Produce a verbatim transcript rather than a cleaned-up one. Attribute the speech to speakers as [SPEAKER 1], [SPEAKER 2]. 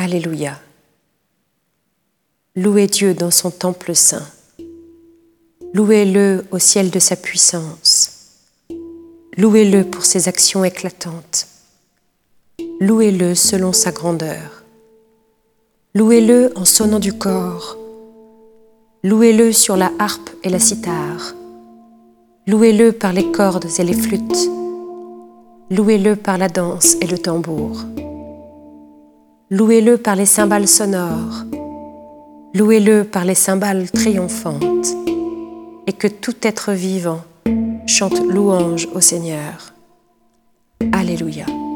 [SPEAKER 1] Alléluia. Louez Dieu dans son temple saint. Louez-le au ciel de sa puissance. Louez-le pour ses actions éclatantes. Louez-le selon sa grandeur. Louez-le en sonnant du cor. Louez-le sur la harpe et la cithare. Louez-le par les cordes et les flûtes. Louez-le par la danse et le tambour. Louez-le par les cymbales sonores. Louez-le par les cymbales triomphantes. Et que tout être vivant chante louange au Seigneur. Alléluia.